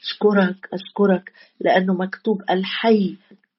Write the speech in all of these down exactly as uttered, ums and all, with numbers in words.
أشكرك أشكرك لأنه مكتوب الحي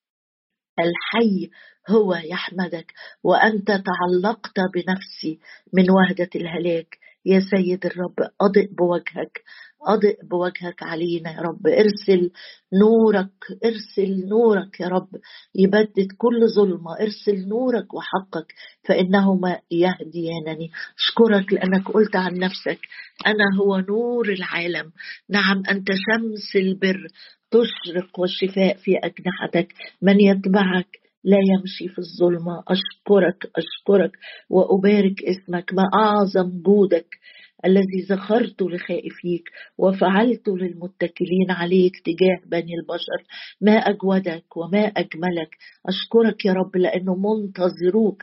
الحي هو يحمدك، وأنت تعلقت بنفسي من وهدة الهلاك. يا سيد الرب أضئ بوجهك، أضئ بوجهك علينا يا رب. ارسل نورك، ارسل نورك يا رب يبدد كل ظلمة. ارسل نورك وحقك فإنهما يهديانني. أشكرك لأنك قلت عن نفسك أنا هو نور العالم. نعم أنت شمس البر تشرق والشفاء في أجنحتك. من يتبعك لا يمشي في الظلمة. أشكرك أشكرك وأبارك اسمك. ما أعظم جودك الذي ذخرت لخائفيك وفعلت للمتكلين عليك تجاه بني البشر. ما أجودك وما أجملك. أشكرك يا رب لأنه منتظروك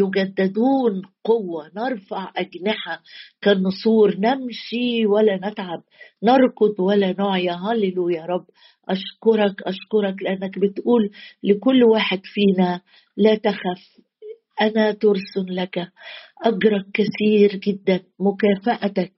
يجددون قوة. نرفع أجنحة كالنسور، نمشي ولا نتعب، نركض ولا نعيا. هللو يا رب. أشكرك أشكرك لأنك بتقول لكل واحد فينا لا تخف، أنا ترس لك، أجرك كثير جدا، مكافأتك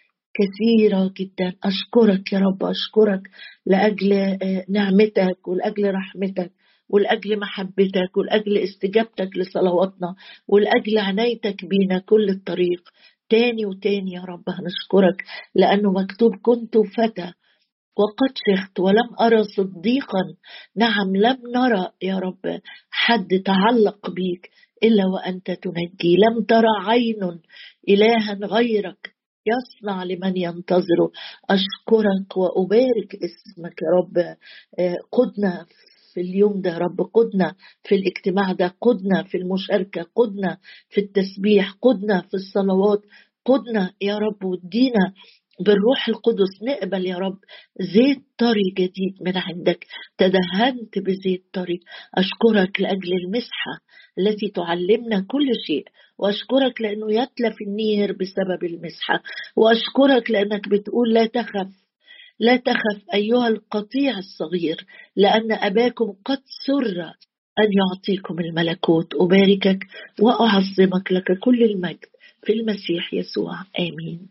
كثيرة جدا. أشكرك يا رب أشكرك لأجل نعمتك ولأجل رحمتك ولأجل محبتك ولأجل استجابتك لصلواتنا ولأجل عنايتك بينا كل الطريق. تاني وتاني يا رب هنشكرك لأنه مكتوب كنت فتى وقد شخت ولم أرى صديقا. نعم لم نرى يا رب حد تعلق بيك إلا وأنت تنجي. لم ترى عين إلها غيرك يصنع لمن ينتظره. أشكرك وأبارك اسمك يا رب. قدنا في اليوم ده يا رب، قدنا في الاجتماع ده، قدنا في المشاركة، قدنا في التسبيح، قدنا في الصلوات، قدنا يا رب ودينا بالروح القدس نقبل يا رب زيت طري جديد من عندك. تدهنت بزيت طري. أشكرك لأجل المسحة التي تعلمنا كل شيء، وأشكرك لأنه يتلف النير بسبب المسحة، وأشكرك لأنك بتقول لا تخف لا تخف أيها القطيع الصغير لأن أباكم قد سر أن يعطيكم الملكوت. أباركك وأعظمك، لك كل المجد في المسيح يسوع آمين.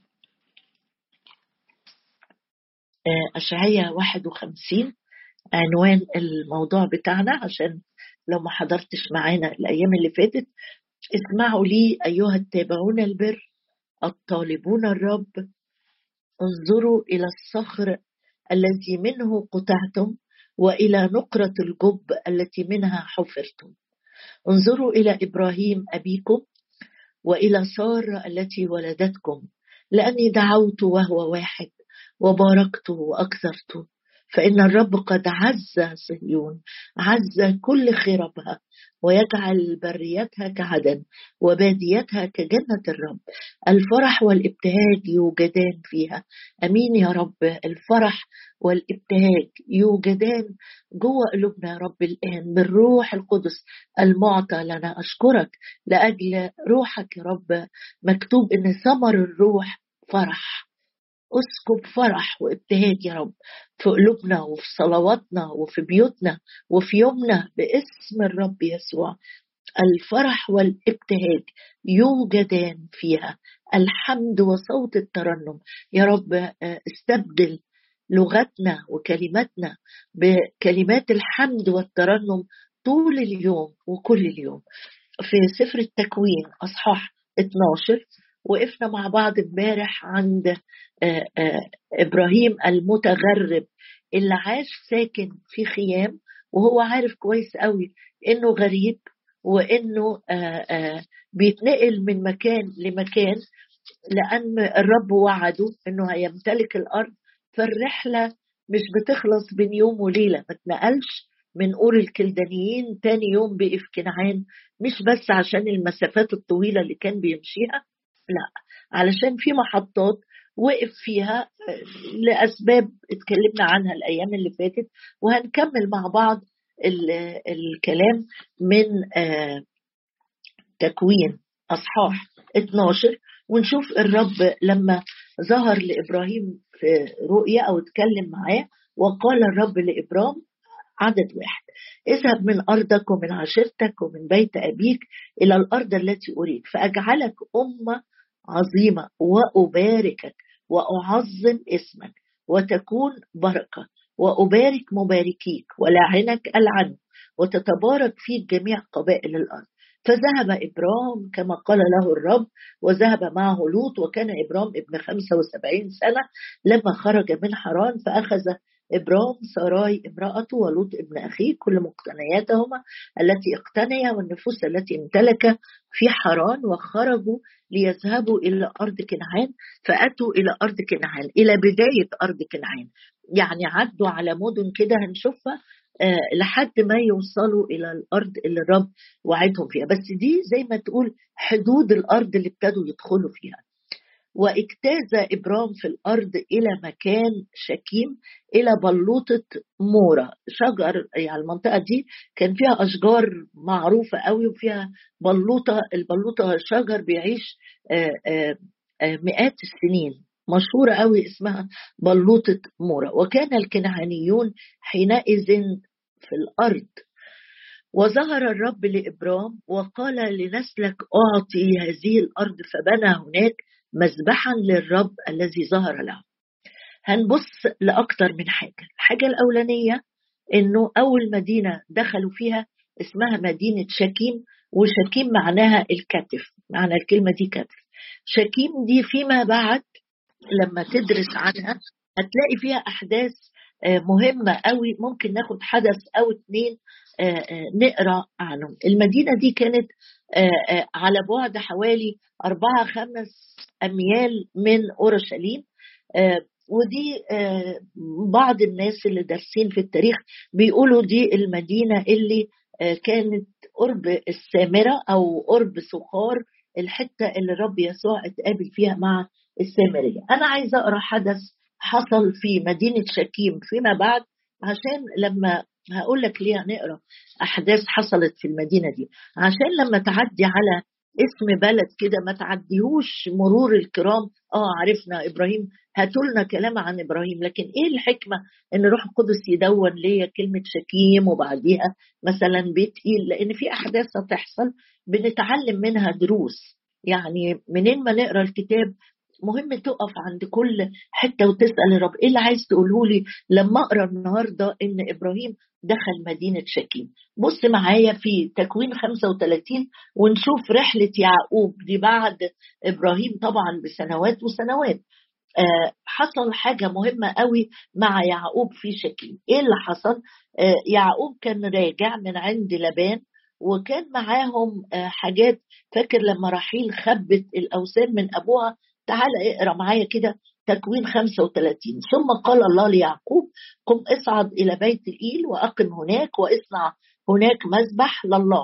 أشعياء واحد وخمسين عنوان الموضوع بتاعنا، عشان لو ما حضرتش معانا الأيام اللي فاتت. اسمعوا لي أيها التابعون البر الطالبون الرب، انظروا إلى الصخر الذي منه قطعتم وإلى نقرة الجب التي منها حفرتم. انظروا إلى إبراهيم أبيكم وإلى سارة التي ولدتكم، لأني دعوت وهو واحد وباركته وأكثرته. فإن الرب قد عز صهيون، عز كل خربها، ويجعل بريتها كعدن وباديتها كجنة الرب. الفرح والابتهاج يوجدان فيها. أمين يا رب. الفرح والابتهاج يوجدان جوه قلوبنا يا رب الآن بالروح القدس المعطى لنا. أشكرك لأجل روحك يا رب. مكتوب إن ثمر الروح فرح. اسكب فرح وابتهاج يا رب في قلوبنا وفي صلواتنا وفي بيوتنا وفي يومنا باسم الرب يسوع. الفرح والابتهاج يوجدان فيها. الحمد وصوت الترنم يا رب. استبدل لغتنا وكلماتنا بكلمات الحمد والترنم طول اليوم وكل اليوم. في سفر التكوين أصحاح اتناشر وقفنا مع بعض امبارح عند إبراهيم المتغرب اللي عاش ساكن في خيام، وهو عارف كويس قوي إنه غريب وإنه بيتنقل من مكان لمكان، لأن الرب وعده إنه هيمتلك الأرض. فالرحلة مش بتخلص بين يوم وليلة. ما تنقلش من أور الكلدانيين تاني يوم بقف كنعان، مش بس عشان المسافات الطويلة اللي كان بيمشيها، لا، علشان في محطات وقف فيها لأسباب اتكلمنا عنها الأيام اللي فاتت. وهنكمل مع بعض الكلام من تكوين أصحاح اتناشر ونشوف الرب لما ظهر لإبراهيم في رؤيا أو اتكلم معاه. وقال الرب لإبرام عدد واحد: اذهب من أرضك ومن عشيرتك ومن بيت أبيك إلى الأرض التي أريك، فأجعلك أمة عظيمة وأباركك وأعظم اسمك وتكون بركة، وأبارك مباركيك ولاعنك ألعنه، وتتبارك فيك جميع قبائل الأرض. فذهب إبرام كما قال له الرب، وذهب معه لوط. وكان إبرام ابن خمسة وسبعين سنة لما خرج من حران، فأخذ إبرام ساراي امرأته ولوط ابن أخيه كل مقتنياتهما التي اقتنيا والنفوس التي امتلك في حران، وخرجوا ليذهبوا إلى أرض كنعان. فأتوا إلى أرض كنعان، إلى بداية أرض كنعان، يعني عدوا على مدن كده هنشوفها آه لحد ما يوصلوا إلى الأرض اللي الرب وعدهم فيها. بس دي زي ما تقول حدود الأرض اللي ابتدوا يدخلوا فيها. واجتاز إبرام في الأرض إلى مكان شكيم، إلى بلوطة مورا، شجر يعني المنطقة دي كان فيها أشجار معروفة قوي، وفيها بلوطة. البلوطة شجر بيعيش آآ آآ مئات السنين، مشهورة قوي اسمها بلوطة مورا. وكان الكنعانيون حينئذ في الأرض. وظهر الرب لإبرام وقال لنسلك أعطي هذه الأرض، فبنى هناك مذبحا للرب الذي ظهر له. هنبص لأكتر من حاجة. الحاجة الأولانية إنه أول مدينة دخلوا فيها اسمها مدينة شكيم، وشكيم معناها الكتف، معنى الكلمة دي كتف. شكيم دي فيما بعد لما تدرس عنها هتلاقي فيها أحداث مهمة قوي، ممكن ناخد حدث أو اتنين نقرأ عنهم. المدينة دي كانت على بعد حوالي أربعة خمس أميال من أورشليم، ودي بعض الناس اللي دارسين في التاريخ بيقولوا دي المدينة اللي كانت قرب السامرة أو قرب سخار، الحتة اللي الرب يسوع اتقابل فيها مع السامرية. أنا عايزة أقرأ حدث حصل في مدينة شكيم فيما بعد، عشان لما هقول لك ليه هنقرأ أحداث حصلت في المدينة دي، عشان لما تعدي على اسم بلد كده ما تعديهوش مرور الكرام. اه عرفنا إبراهيم، هاتولنا كلام عن إبراهيم، لكن إيه الحكمة إن روح القدس يدون ليا كلمة شكيم وبعديها مثلا بيت إيل؟ لأن في أحداث هتحصل بنتعلم منها دروس. يعني منين ما نقرأ الكتاب مهم تقف عند كل حتة وتسأل الرب إيه اللي عايز تقوله لي لما أقرأ النهاردة إن إبراهيم دخل مدينة شكيم. بص معايا في تكوين خمسة وثلاثين ونشوف رحلة يعقوب دي بعد إبراهيم طبعا بسنوات وسنوات. آه حصل حاجة مهمة قوي مع يعقوب في شكيم. إيه اللي حصل؟ آه يعقوب كان راجع من عند لبان، وكان معاهم آه حاجات. فاكر لما رحيل خبت الأوثان من أبوها؟ تعال اقرأ معايا كده تكوين خمسة وثلاثين. ثم قال الله ليعقوب قم اصعد إلى بيت إيل وأقم هناك واصنع هناك مذبح لله.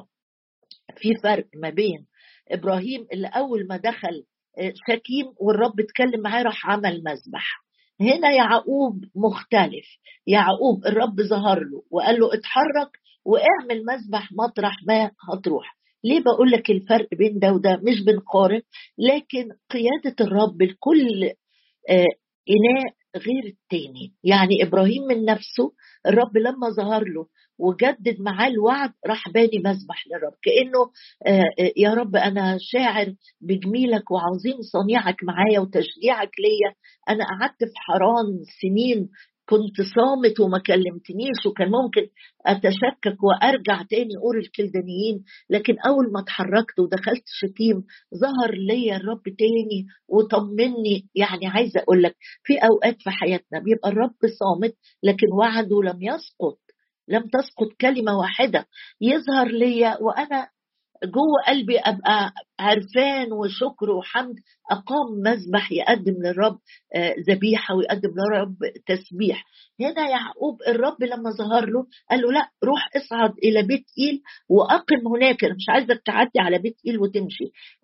في فرق ما بين إبراهيم اللي أول ما دخل شكيم والرب اتكلم معاه راح عمل مذبح، هنا يعقوب مختلف. يعقوب الرب ظهر له وقال له اتحرك واعمل مذبح مطرح ما هتروح. ليه بقول لك الفرق بين ده وده؟ مش بنقارن، لكن قيادة الرب لكل آه إناء غير التاني. يعني إبراهيم من نفسه الرب لما ظهر له وجدد معاه الوعد راح باني مذبح للرب، كأنه آه يا رب أنا شاعر بجميلك وعظيم صنيعك معايا وتشجيعك ليا. أنا قعدت في حران سنين كنت صامت وما كلمتنيش، وكان ممكن أتشكك وأرجع تاني أقول الكلدانيين، لكن أول ما اتحركت ودخلت شكيم ظهر لي الرب تاني وطمني. يعني عايزة أقول لك في أوقات في حياتنا بيبقى الرب صامت لكن وعده لم يسقط، لم تسقط كلمة واحدة. يظهر لي وأنا جوه قلبي أبقى عرفان وشكر وحمد، أقام مذبح يقدم للرب ذبيحة ويقدم للرب تسبيح. هنا يعقوب الرب لما ظهر له قال له لا، روح اصعد إلى بيت إيل وأقم هناك. أنا مش عايزك تعدي على بيت إيل وتمشي،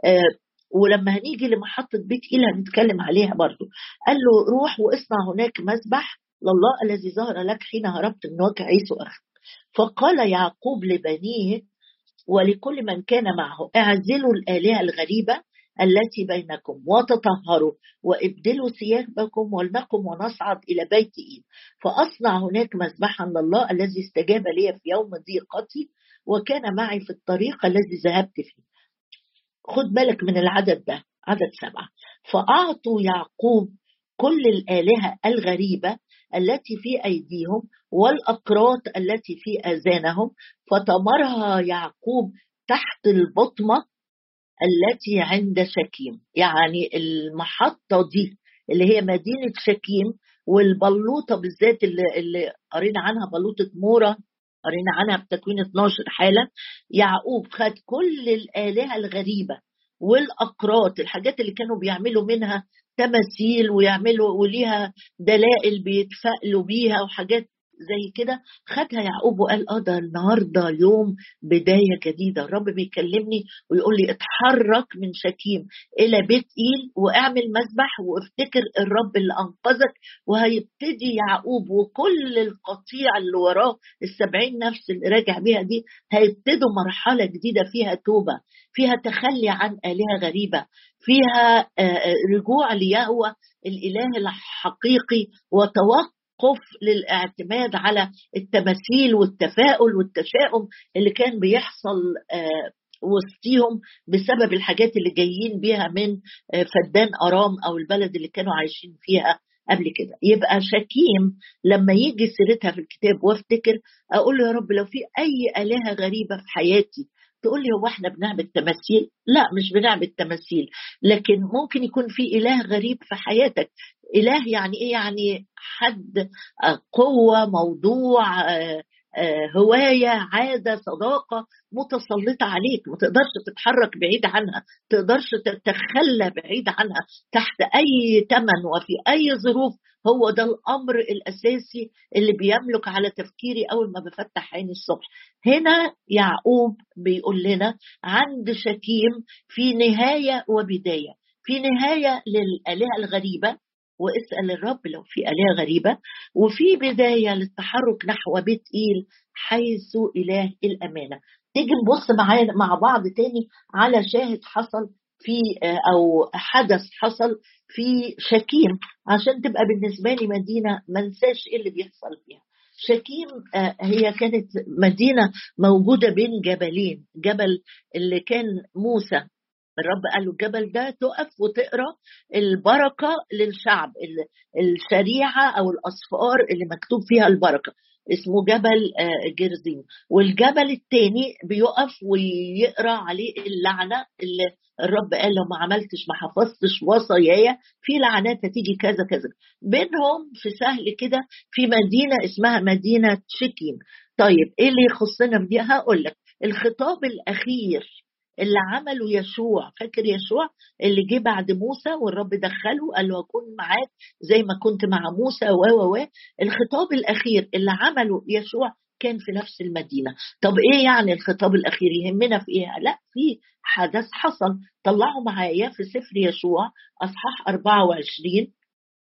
ولما هنيجي لمحطة بيت إيل هنتكلم عليها برضو. قال له روح واصنع هناك مذبح لله الذي ظهر لك حين هربت من وجه عيسو أخي. فقال يعقوب لبنيه ولكل من كان معه اعزلوا الآلهة الغريبة التي بينكم وتطهروا وابدلوا ثيابكم ولنقم ونصعد إلى بيت إيل فأصنع هناك مذبحا لله الذي استجاب لي في يوم ضيقتي وكان معي في الطريق الذي ذهبت فيه. خد بالك من العدد ده، عدد سبعة. فأعطوا يعقوب كل الآلهة الغريبة التي في أيديهم والأقراط التي في آذانهم، فطمرها يعقوب تحت البطمة التي عند شكيم. يعني المحطة دي اللي هي مدينة شكيم، والبلوطة بالذات اللي, اللي قرينا عنها بلوطة مورا، قرينا عنها في تكوين اتناشر حالة. يعقوب خد كل الآلهة الغريبة والأقراط، الحاجات اللي كانوا بيعملوا منها تماثيل ويعملوا وليها دلائل بيتفائلوا بيها وحاجات زي كده، خدها يعقوب وقال اه ده النهارده يوم بدايه جديده. الرب بيكلمني ويقول لي اتحرك من شكيم الى بيت ايل واعمل مذبح وافتكر الرب اللي انقذك. وهيبتدي يعقوب وكل القطيع اللي وراه السبعين نفس اللي راجع بيها دي هيبتدوا مرحله جديده فيها توبه، فيها تخلي عن آلهة غريبة، فيها رجوع ليهوه الإله الحقيقي وتوقف قف للاعتماد على التماثيل والتفاؤل والتشاؤم اللي كان بيحصل وسطيهم بسبب الحاجات اللي جايين بيها من فدان أرام أو البلد اللي كانوا عايشين فيها قبل كده. يبقى شكيم لما يجي سيرتها في الكتاب وافتكر أقول له يا رب لو في أي آلهة غريبة في حياتي، تقول لي هو احنا بنعبد تماثيل؟ لا مش بنعبد تماثيل، لكن ممكن يكون في إله غريب في حياتك. إله يعني إيه؟ يعني حد، قوة، موضوع، هواية، عادة، صداقة متسلطة عليك، ما تقدرش تتحرك بعيد عنها، تقدرش تتخلى بعيد عنها تحت أي ثمن وفي أي ظروف. هو ده الأمر الأساسي اللي بيملك على تفكيري أول ما بفتح عيني الصبح. هنا يعقوب بيقول لنا عند شكيم في نهاية وبداية، في نهاية للآلهة الغريبة واسأل الرب لو في آلهة غريبة، وفي بداية للتحرك نحو بيت إيل حيث إله الأمانة. تيجي نبص معانا مع بعض تاني على شاهد حصل في أو حدث حصل في شكيم عشان تبقى بالنسبة لي مدينة منساش إيه اللي بيحصل فيها. شكيم هي كانت مدينة موجودة بين جبلين، جبل اللي كان موسى الرب قال له الجبل ده تقف وتقرأ البركة للشعب، الشريعة أو الأصفار اللي مكتوب فيها البركة، اسمه جبل جرزيم. والجبل التاني بيقف ويقرأ عليه اللعنة اللي الرب قال لو ما عملتش ما حفظتش وصاياي في لعنات هتيجي كذا كذا. بينهم في سهل كده في مدينة اسمها مدينة شكيم. طيب ايه اللي يخصنا بدي؟ هقول لك الخطاب الأخير اللي عمله يشوع. فاكر يشوع اللي جه بعد موسى والرب دخله قال له أكون معاك زي ما كنت مع موسى و و و الخطاب الأخير اللي عمله يشوع كان في نفس المدينة. طب إيه يعني الخطاب الأخير يهمنا في إيه؟ لا، في حدث حصل. طلعوا معايا في سفر يشوع أصحاح أربعة وعشرين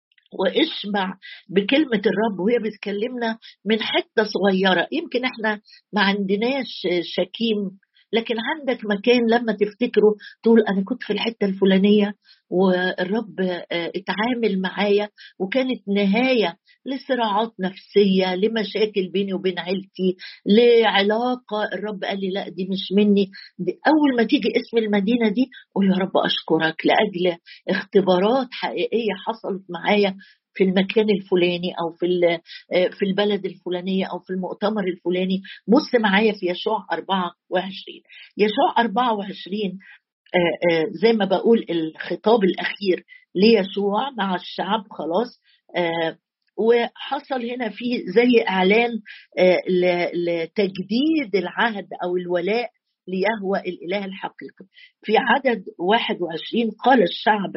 واسمع بكلمة الرب وهي بتكلمنا من حتة صغيرة. يمكن احنا ما عندناش شكيم، لكن عندك مكان لما تفتكره تقول أنا كنت في الحتة الفلانية والرب اتعامل معايا وكانت نهاية لصراعات نفسية، لمشاكل بيني وبين عيلتي، لعلاقة الرب قال لي لا دي مش مني دي. أول ما تيجي اسم المدينة دي قول يا رب أشكرك لأجل اختبارات حقيقية حصلت معايا في المكان الفلاني أو في في البلد الفلانية أو في المؤتمر الفلاني. بص معايا في يشوع أربعة وعشرين. يشوع أربعة وعشرين زي ما بقول الخطاب الأخير ليشوع مع الشعب خلاص. وحصل هنا فيه زي إعلان لتجديد العهد أو الولاء ليهوه الإله الحقيقي. في عدد واحد وعشرين قال الشعب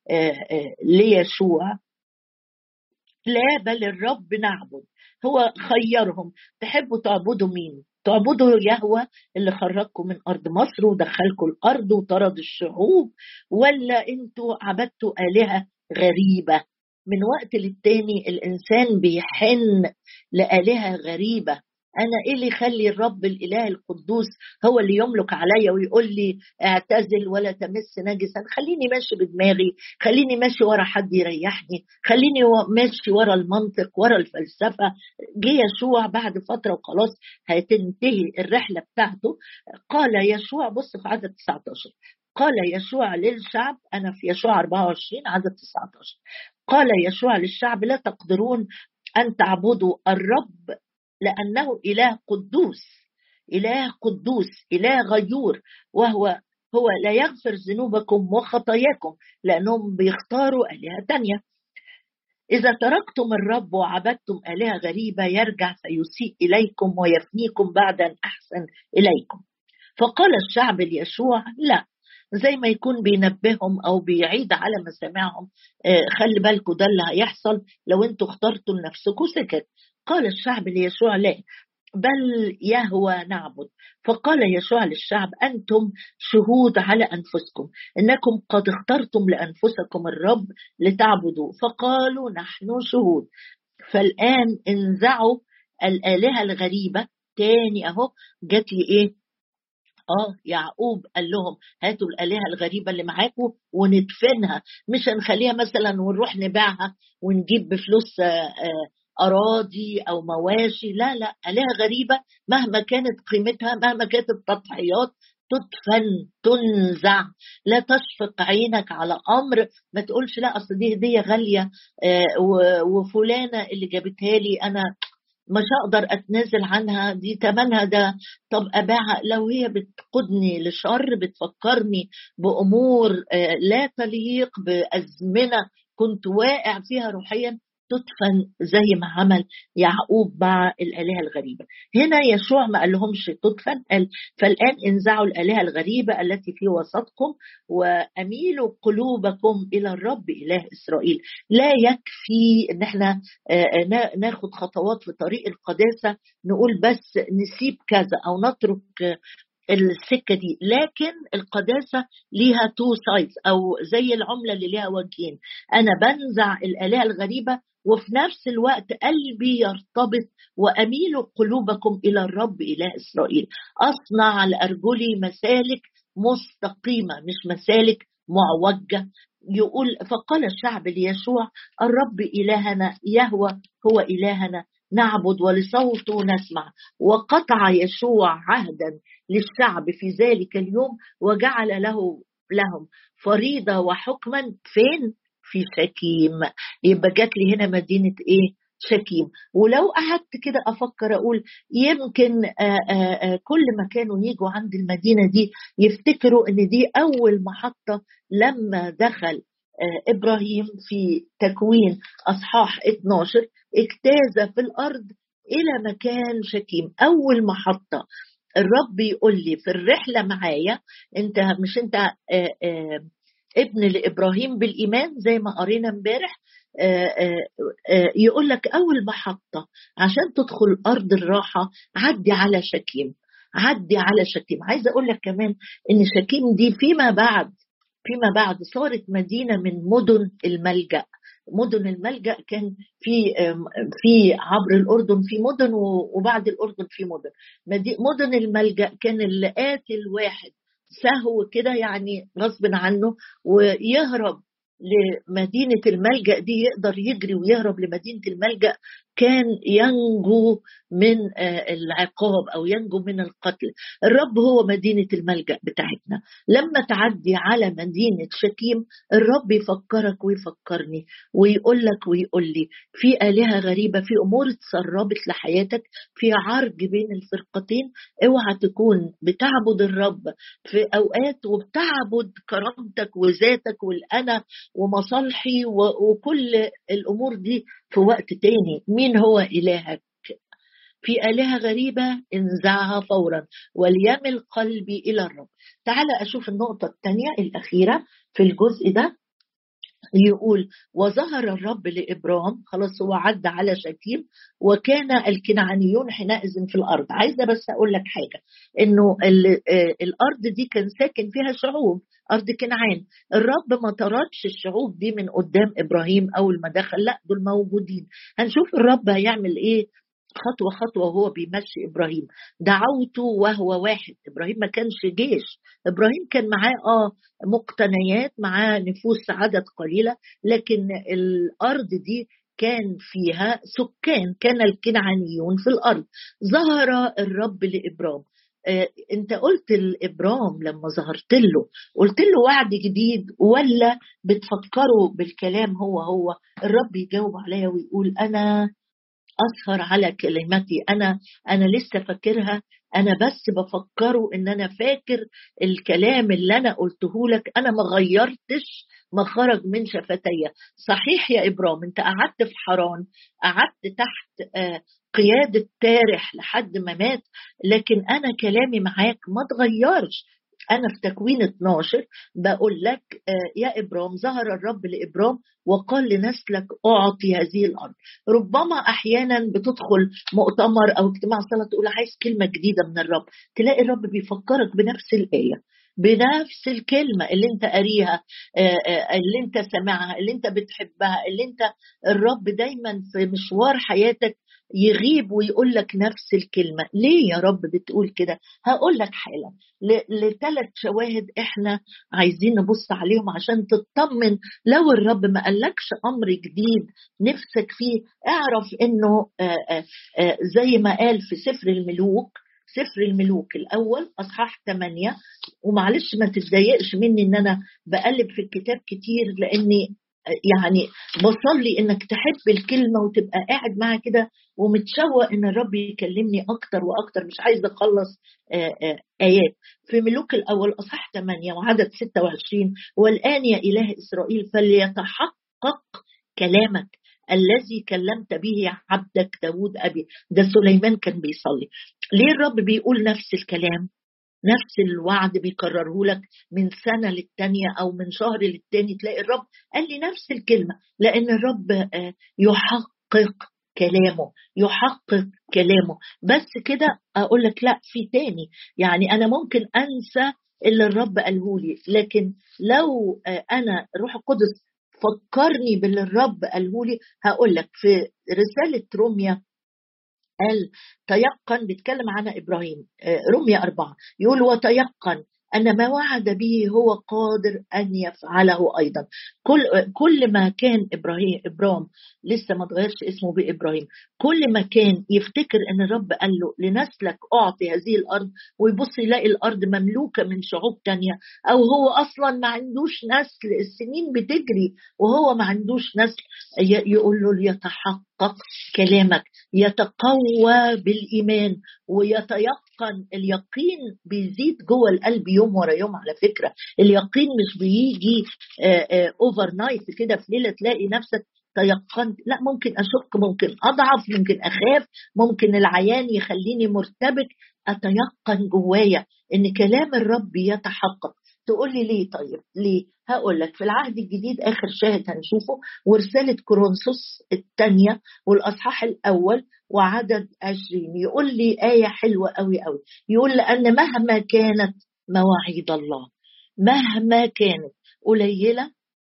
ليشوع لا بل الرب نعبد. هو خيرهم، تحبوا تعبدوا مين؟ تعبدوا يهوه اللي خرجكم من أرض مصر ودخلكم الأرض وطرد الشعوب، ولا انتوا عبدتوا آلهة غريبة؟ من وقت للتاني الإنسان بيحن لآلهة غريبة. أنا إيه اللي يخلي الرب الإله القدوس هو اللي يملك عليا ويقول لي اعتزل ولا تمس نجسا؟ خليني ماشي بدماغي، خليني ماشي ورا حد يريحني، خليني ماشي ورا المنطق ورا الفلسفة. جه يشوع بعد فترة وخلاص هتنتهي الرحلة بتاعته. قال يشوع، بص في عدد تسعة عشر، قال يشوع للشعب، أنا في يشوع أربعة وعشرين عدد تسعة عشر، قال يشوع للشعب لا تقدرون أن تعبدوا الرب لأنه إله قدوس، إله قدوس، إله غيور، وهو هو لا يغفر ذنوبكم وخطاياكم، لأنهم بيختاروا آلهة تانية. إذا تركتم الرب وعبدتم آلهة غريبة يرجع فيسيء إليكم ويفنيكم بعد أن أحسن إليكم. فقال الشعب ليشوع لا، زي ما يكون بينبههم أو بيعيد على مسامعهم، خلي بالكم ده اللي هيحصل لو انتوا اخترتوا لنفسكم سكت. قال الشعب ليشوع لا، بل يهوى نعبد. فقال يشوع للشعب أنتم شهود على أنفسكم إنكم قد اخترتم لأنفسكم الرب لتعبدوا. فقالوا نحن شهود. فالآن انزعوا الآلهة الغريبة. تاني أهو جات لي إيه؟ اه يعقوب قال لهم هاتوا الآلهة الغريبة اللي معاكم وندفنها، مش هنخليها مثلا ونروح نبيعها ونجيب بفلوس أراضي أو مواشي، لا لا، آلهة غريبة مهما كانت قيمتها، مهما كانت التضحيات، تدفن تنزع. لا تشفق عينك على أمر، ما تقولش لا أصل دي هدية غالية وفلانة اللي جابتها لي أنا مش هقدر أتنازل عنها، دي تمنها ده، طب أباعها. لو هي بتقودني لشر، بتفكرني بأمور لا تليق بأزمنة كنت واقع فيها روحيا، تدفن زي ما عمل يعقوب مع الآلهة الغريبة. هنا يشوع ما قال لهمش تدفن، قال فالآن انزعوا الآلهة الغريبة التي في وسطكم وأميلوا قلوبكم إلى الرب إله إسرائيل. لا يكفي إن احنا ناخد خطوات في طريق القداسة نقول بس نسيب كذا أو نترك السكة دي، لكن القداسة ليها تو سايدز، أو زي العملة اللي ليها وجهين. أنا بنزع الآلهة الغريبة وفي نفس الوقت قلبي يرتبط وأميل قلوبكم إلى الرب إله إسرائيل. أصنع لأرجلي مسالك مستقيمة مش مسالك معوجة. يقول فقال الشعب ليشوع الرب إلهنا يهوى هو إلهنا نعبد ولصوته نسمع. وقطع يشوع عهدا للشعب في ذلك اليوم وجعل له لهم فريضة وحكما فين؟ في شكيم. يبقى جات لي هنا مدينة ايه؟ شكيم. ولو قعدت كده افكر اقول يمكن آآ آآ كل ما كانوا يجوا عند المدينة دي يفتكروا ان دي اول محطة لما دخل إبراهيم في تكوين أصحاح اتناشر اجتاز في الأرض إلى مكان شكيم. أول محطة الرب يقول لي في الرحلة معايا أنت مش أنت آآ آآ ابن لإبراهيم بالإيمان زي ما قرينا امبارح، يقول لك أول محطة عشان تدخل أرض الراحة عدي على شكيم، عدي على شكيم. عايزة أقول لك كمان إن شكيم دي فيما بعد فيما بعد صارت مدينة من مدن الملجأ. مدن الملجأ كان في في عبر الأردن في مدن وبعد الأردن في مدن. مدن الملجأ كان اللي قاتل واحد سهو كده يعني غصب عنه ويهرب لمدينة الملجأ دي، يقدر يجري ويهرب لمدينة الملجأ، كان ينجو من العقاب أو ينجو من القتل. الرب هو مدينة الملجأ بتاعتنا. لما تعدي على مدينة شكيم الرب يفكرك ويفكرني ويقول لك ويقول لي في آلهة غريبة، في أمور تسربت لحياتك، في عرج بين الفرقتين. اوعى تكون بتعبد الرب في أوقات وبتعبد كرامتك وذاتك والأنا ومصالحي وكل الأمور دي في وقت تاني. مين هو إلهك؟ في آلهة غريبة انزعها فورا وليمل قلبي إلى الرب. تعال أشوف النقطة الثانية الأخيرة في الجزء ده. يقول وظهر الرب لإبرام، خلاص هو عدى على شكيم وكان الكنعانيون حينئذ في الأرض. عايزة بس أقول لك حاجة، إنه الأرض دي كان ساكن فيها شعوب، أرض كنعان. الرب ما طردش الشعوب دي من قدام إبراهيم أول ما دخل، لا دول موجودين. هنشوف الرب هيعمل إيه خطوة خطوة وهو بيمشي إبراهيم. دعوته وهو واحد. إبراهيم ما كانش جيش، إبراهيم كان معاه آه مقتنيات، معاه نفوس عدد قليلة، لكن الأرض دي كان فيها سكان، كان الكنعانيون في الأرض. ظهر الرب لإبرام. آه، انت قلت لإبرام لما ظهرت له قلت له وعد جديد ولا بتفكروا بالكلام هو هو؟ الرب يجاوب عليا ويقول أنا أسهر على كلمتي. أنا أنا لسه فاكرها، أنا بس بفكره إن أنا فاكر الكلام اللي أنا قلته لك، أنا ما غيرتش ما خرج من شفتي. صحيح يا إبرام، أنت قعدت في حران، قعدت تحت آه، قيادة تارح لحد ما مات، لكن أنا كلامي معاك ما تغيرش. أنا في تكوين اتناشر بقول لك آه، يا إبرام، ظهر الرب لإبرام وقال لنسلك أعطي هذه الأرض. ربما أحيانا بتدخل مؤتمر أو اجتماع صلاة تقول عايز كلمة جديدة من الرب، تلاقي الرب بيفكرك بنفس الآية، بنفس الكلمة اللي انت قاريها، اللي انت سمعها، اللي انت بتحبها، اللي انت الرب دايما في مشوار حياتك يغيب ويقول لك نفس الكلمة. ليه يا رب بتقول كده؟ هقول لك حالا لثلاث شواهد احنا عايزين نبص عليهم عشان تطمن. لو الرب ما قالكش امر جديد نفسك فيه، اعرف انه آآ آآ زي ما قال في سفر الملوك، سفر الملوك الأول أصحاح ثمانية. ومعلش ما تتضايقش مني إن أنا بقلب في الكتاب كتير، لأني يعني بصلي إنك تحب الكلمة وتبقى قاعد معها كده ومتشوق إن الرب يكلمني أكتر وأكتر، مش عايزة أخلص آيات. في ملوك الأول أصحاح ثمانية وعدد ستة وعشرين: والآن يا إله إسرائيل فليتحقق كلامك الذي كلمت به عبدك داود أبي. ده سليمان كان بيصلي. ليه الرب بيقول نفس الكلام، نفس الوعد بيكرره لك من سنة للتانية أو من شهر للتاني؟ تلاقي الرب قال لي نفس الكلمة، لأن الرب يحقق كلامه، يحقق كلامه. بس كده أقول لك لا، في تاني. يعني أنا ممكن أنسى اللي الرب قاله لي، لكن لو أنا روح القدس فكرني باللي الرب قاله لي، هقول لك في رسالة روميا قال تيقن، بيتكلم عن إبراهيم، روميا أربعة يقول وتيقن أن ما وعد به هو قادر أن يفعله أيضا. كل كل ما كان إبراهيم إبرام لسه ما تغيرش اسمه بإبراهيم، كل ما كان يفتكر أن الرب قال له لنسلك أعطي هذه الأرض، ويبص يلاقي الأرض مملوكة من شعوب تانية، أو هو أصلا ما عندوش نسل، السنين بتجري وهو ما عندوش نسل، يقول له ليتحقق كلامك، يتقوى بالإيمان ويتيقن. اليقين بيزيد جوه القلب يوم ورا يوم. على فكرة اليقين مش بيجي اوفر نايت كده في ليلة تلاقي نفسك تيقنت، لا، ممكن أشك، ممكن أضعف، ممكن أخاف، ممكن العيان يخليني مرتبك، أتيقن جوايا إن كلام الرب يتحقق. تقول لي ليه؟ طيب ليه؟ هقول لك. في العهد الجديد آخر شاهد هنشوفه ورسالة كورنثوس الثانية والأصحاح الأول وعدد عشرين، يقول لي آية حلوة قوي قوي. يقول لأن مهما كانت مواعيد الله، مهما كانت قليلة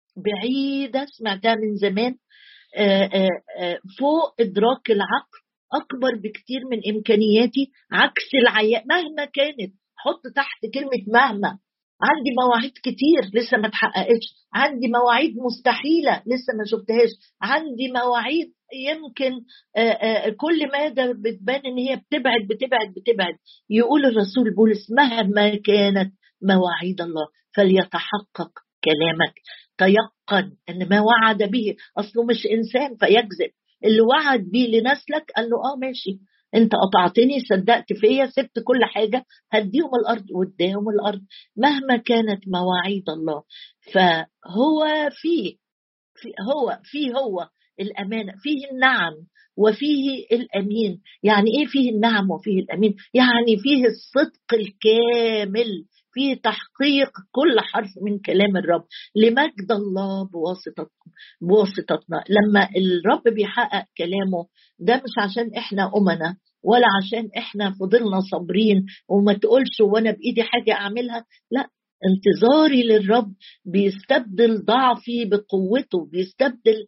بعيدة، سمعتها من زمان، آآ آآ فوق إدراك العقل، أكبر بكتير من إمكانياتي، عكس العيان. مهما كانت، حط تحت كلمة مهما. عندي مواعيد كتير لسه ما تحققتش، عندي مواعيد مستحيلة لسه ما شفتهاش، عندي مواعيد يمكن آآ آآ كل مادة بتبان إن هي بتبعد بتبعد بتبعد. يقول الرسول بولس مهما كانت مواعيد الله فليتحقق كلامك. تيقن ان ما وعد به، اصله مش انسان فيكذب، اللي وعد به لنسلك قال له اه ماشي، انت قطعتني، صدقت فيا، سبت كل حاجة، هديهم الارض، واداهم الارض. مهما كانت مواعيد الله فهو فيه في هو فيه هو الأمانة، فيه النعم وفيه الأمين. يعني إيه فيه النعم وفيه الأمين؟ يعني فيه الصدق الكامل، فيه تحقيق كل حرف من كلام الرب لمجد الله بواسطتكم بواسطتنا. لما الرب بيحقق كلامه ده مش عشان إحنا أمنا، ولا عشان إحنا فضلنا صابرين وما تقولش وأنا بإيدي حاجة أعملها، لا، انتظاري للرب بيستبدل ضعفي بقوته، بيستبدل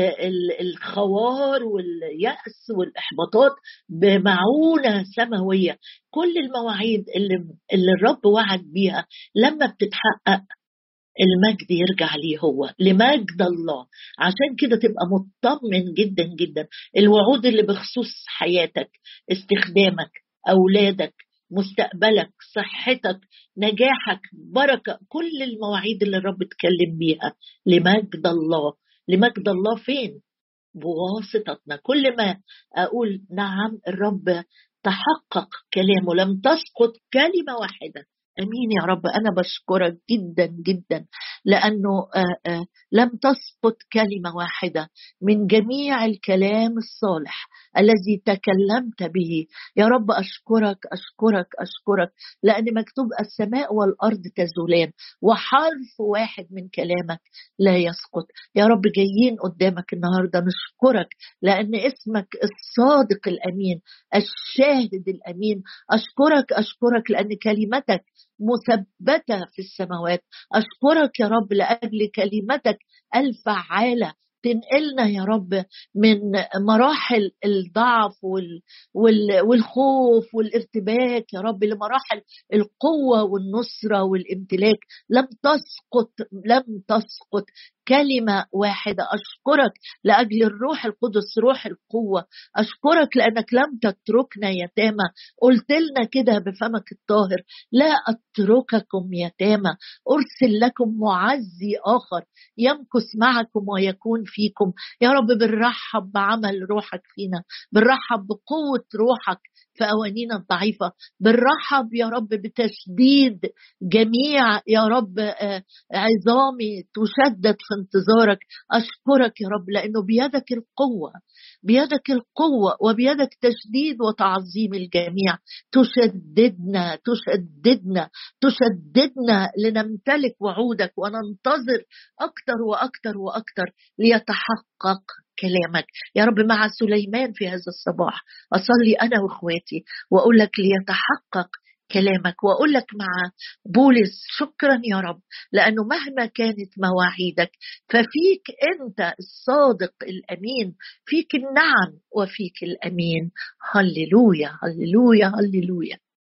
الخوار واليأس والإحباطات بمعونة سماوية. كل المواعيد اللي, اللي الرب وعد بيها لما بتتحقق المجد يرجع ليه هو، لمجد الله. عشان كده تبقى مطمن جدا جدا. الوعود اللي بخصوص حياتك، استخدامك، أولادك، مستقبلك، صحتك، نجاحك، بركة، كل المواعيد اللي الرب اتكلم بيها لمجد الله. لمجد الله فين؟ بواسطتنا. كل ما أقول نعم الرب تحقق كلامه، لم تسقط كلمة واحدة. أمين يا رب. أنا بشكرك جدا جدا لأنه آآ آآ لم تسقط كلمة واحدة من جميع الكلام الصالح الذي تكلمت به. يا رب أشكرك أشكرك أشكرك، لأن مكتوب السماء والأرض تزولان وحرف واحد من كلامك لا يسقط. يا رب جايين قدامك النهاردة نشكرك لأن اسمك الصادق الأمين، الشاهد الأمين. أشكرك أشكرك لأن كلمتك مثبتة في السماوات. أشكرك يا رب لأجل كلمتك الفعالة تنقلنا يا رب من مراحل الضعف وال وال والخوف والارتباك يا رب لمراحل القوة والنصرة والامتلاك. لم تسقط لم تسقط كلمة واحدة. أشكرك لأجل الروح القدس روح القوة. أشكرك لأنك لم تتركنا يتامى. قلت لنا كده بفمك الطاهر لا أترككم يتامى، أرسل لكم معزي آخر يمكث معكم ويكون فيكم. يا رب بنرحب بعمل روحك فينا، بنرحب بقوة روحك في أوانينا الضعيفة، بنرحب يا رب بتشديد جميع يا رب عظامي تشدد في انتظارك. أشكرك يا رب لأنه بيدك القوة، بيدك القوة وبيدك تشديد وتعظيم الجميع. تشددنا تشددنا تشددنا لنمتلك وعودك وننتظر أكتر وأكتر وأكتر ليتحقق كلامك. يا رب مع سليمان في هذا الصباح أصلي أنا وإخواتي وأقول لك ليتحقق كلامك، وأقول لك مع بولس شكرا يا رب لأنه مهما كانت مواعيدك ففيك أنت الصادق الأمين، فيك النعم وفيك الأمين. هللويا هللويا هللويا.